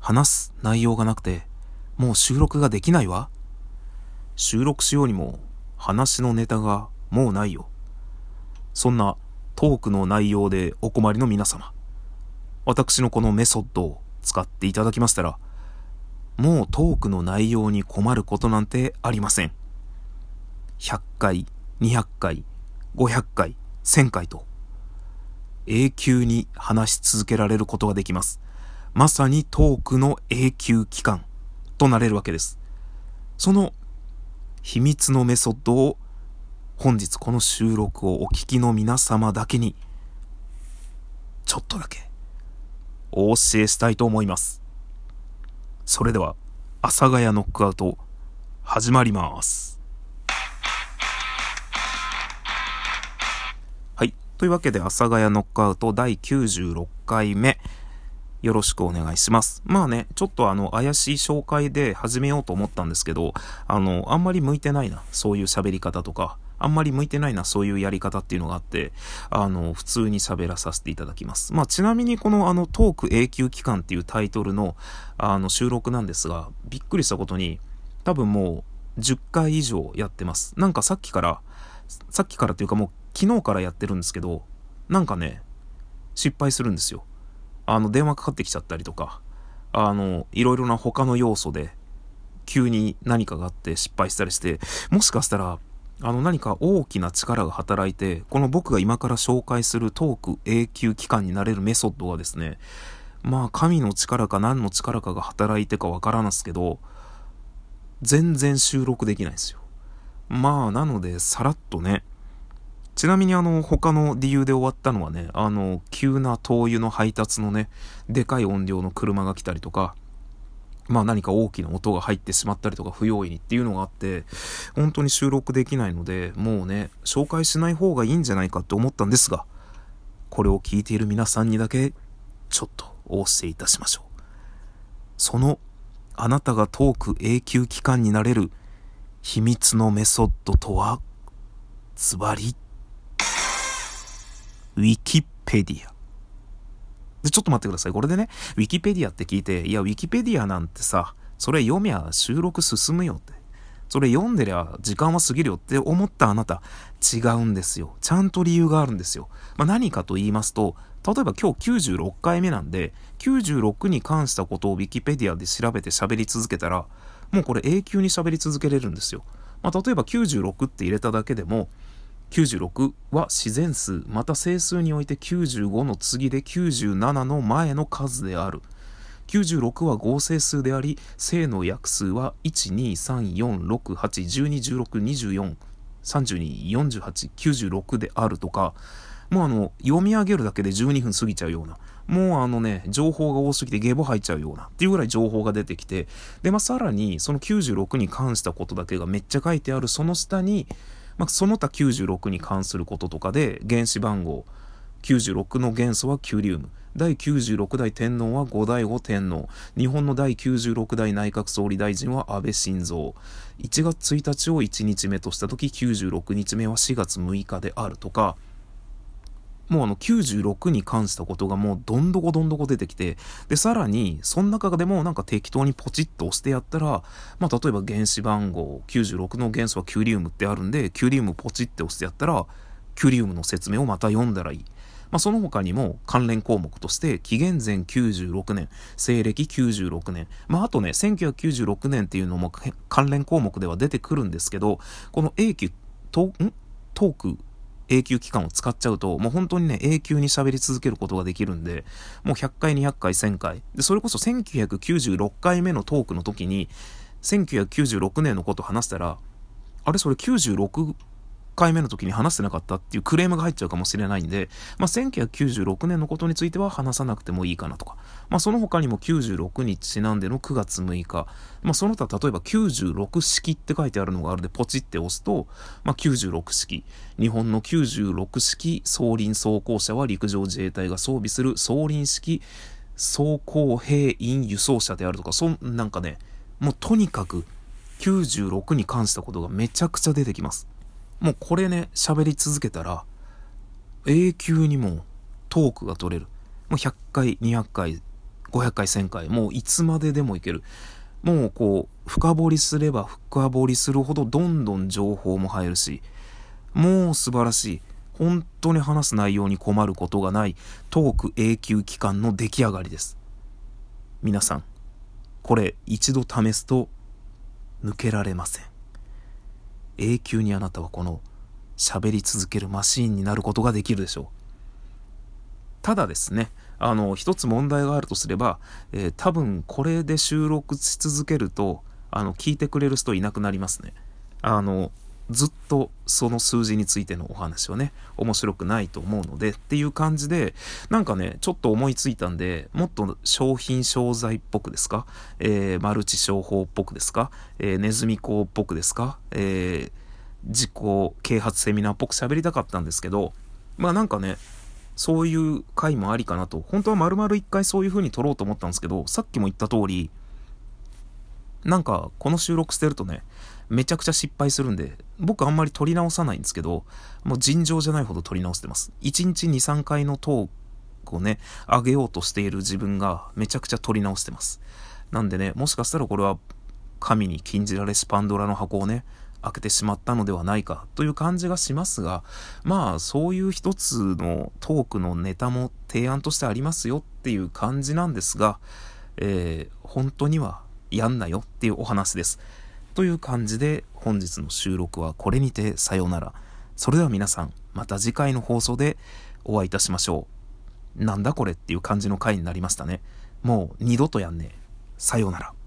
話す内容がなくて、もう収録ができないわ。収録しようにも話のネタがもうないよ。そんなトークの内容でお困りの皆様、私のこのメソッドを使っていただきましたら、もうトークの内容に困ることなんてありません。100回、200回、500回、1000回と永久に話し続けられることができます。まさにトークの永久期間となれるわけです。その秘密のメソッドを本日この収録をお聞きの皆様だけにちょっとだけお教えしたいと思います。それでは阿佐ヶ谷ノックアウト始まります。はい、というわけで阿佐ヶ谷ノックアウト第96回目よろしくお願いします。まあね、ちょっと怪しい紹介で始めようと思ったんですけど、あんまり向いてないな、そういう喋り方とか、あんまり向いてないな、そういうやり方っていうのがあって、普通に喋らさせていただきます。まあちなみにこのトーク永久期間っていうタイトルの収録なんですが、びっくりしたことに、多分もう10回以上やってます。なんかさっきからっていうかもう昨日からやってるんですけど、なんかね、失敗するんですよ。電話かかってきちゃったりとか、いろいろな他の要素で急に何かがあって失敗したりして、もしかしたら何か大きな力が働いて、この僕が今から紹介するトーク永久期間になれるメソッドはですね、まあ神の力か何の力かが働いてかわからないですけど、全然収録できないんですよ。まあなのでさらっとね、ちなみに他の理由で終わったのはね、急な灯油の配達のね、でかい音量の車が来たりとか、まあ何か大きな音が入ってしまったりとか不用意にっていうのがあって、本当に収録できないので、もうね、紹介しない方がいいんじゃないかって思ったんですが、これを聞いている皆さんにだけ、ちょっとお教えいたしましょう。その、あなたがトーク永久期間になれる秘密のメソッドとは、ズバリ、ウィキペディア。で、ちょっと待ってください。これでね、ウィキペディアって聞いて、いや、ウィキペディアなんてさ、それ読みゃ収録進むよって。それ読んでりゃ時間は過ぎるよって思ったあなた、違うんですよ。ちゃんと理由があるんですよ。何かと言いますと、例えば今日96回目なんで、96に関したことをウィキペディアで調べて喋り続けたら、もうこれ永久に喋り続けれるんですよ。例えば96って入れただけでも、96は自然数また整数において95の次で97の前の数である。96は合成数であり、正の約数は1、2、3、4、6、8、12、16、24、32、48、96であるとか、もう読み上げるだけで12分過ぎちゃうような、もう情報が多すぎてゲボ吐いちゃうようなっていうぐらい情報が出てきて、でさらにその96に関したことだけがめっちゃ書いてあるその下に、その他96に関することとかで原子番号96の元素はキュリウム、第96代天皇は後醍醐天皇、日本の第96代内閣総理大臣は安倍晋三、1月1日を1日目とした時96日目は4月6日であるとか、もう96に関したことがもうどんどこ出てきて、でさらにその中でもなんか適当にポチッと押してやったら、例えば原子番号96の元素はキュリウムってあるんで、キュリウムポチッて押してやったらキュリウムの説明をまた読んだらいい。その他にも関連項目として紀元前96年、西暦96年、あとね1996年っていうのも関連項目では出てくるんですけど、このトーク永久期間を使っちゃうと、もう本当にね、永久に喋り続けることができるんで、もう100回、200回、1000回。で、それこそ1996回目のトークの時に、1996年のことを話したら、あれそれ96回目の時に話してなかったっていうクレームが入っちゃうかもしれないんで、1996年のことについては話さなくてもいいかなとか、その他にも96にちなんでの9月6日、その他例えば96式って書いてあるのがあるんでポチって押すと、96式、日本の96式装輪装甲車は陸上自衛隊が装備する装輪式装甲兵員輸送車であるとか、なんかね、もうとにかく96に関したことがめちゃくちゃ出てきます。もうこれね、喋り続けたら永久にもうトークが取れる。もう100回、200回、 500回1000回もういつまででもいける。もうこう深掘りすれば深掘りするほどどんどん情報も入るし、もう素晴らしい、本当に話す内容に困ることがないトーク永久期間の出来上がりです。皆さんこれ一度試すと抜けられません。永久にあなたはこの喋り続けるマシーンになることができるでしょう。ただですね、一つ問題があるとすれば、多分これで収録し続けると聞いてくれる人いなくなりますね。ずっとその数字についてのお話はね面白くないと思うのでっていう感じで、なんかねちょっと思いついたんで、もっと商品商材っぽくですか、マルチ商法っぽくですか、ネズミ講っぽくですか、自己啓発セミナーっぽく喋りたかったんですけど、まあなんかねそういう回もありかなと。本当は丸々一回そういう風に撮ろうと思ったんですけど、さっきも言った通り、なんかこの収録してるとねめちゃくちゃ失敗するんで、僕あんまり撮り直さないんですけど、もう尋常じゃないほど撮り直してます。1日 2,3 回のトークをね上げようとしている自分がめちゃくちゃ撮り直してます。なんでね、もしかしたらこれは神に禁じられしパンドラの箱をね開けてしまったのではないかという感じがしますが、まあそういう一つのトークのネタも提案としてありますよっていう感じなんですが、本当にはやんなよっていうお話です。という感じで本日の収録はこれにてさようなら。それでは皆さんまた次回の放送でお会いいたしましょう。なんだこれっていう感じの回になりましたね。もう二度とやんねえ。さようなら。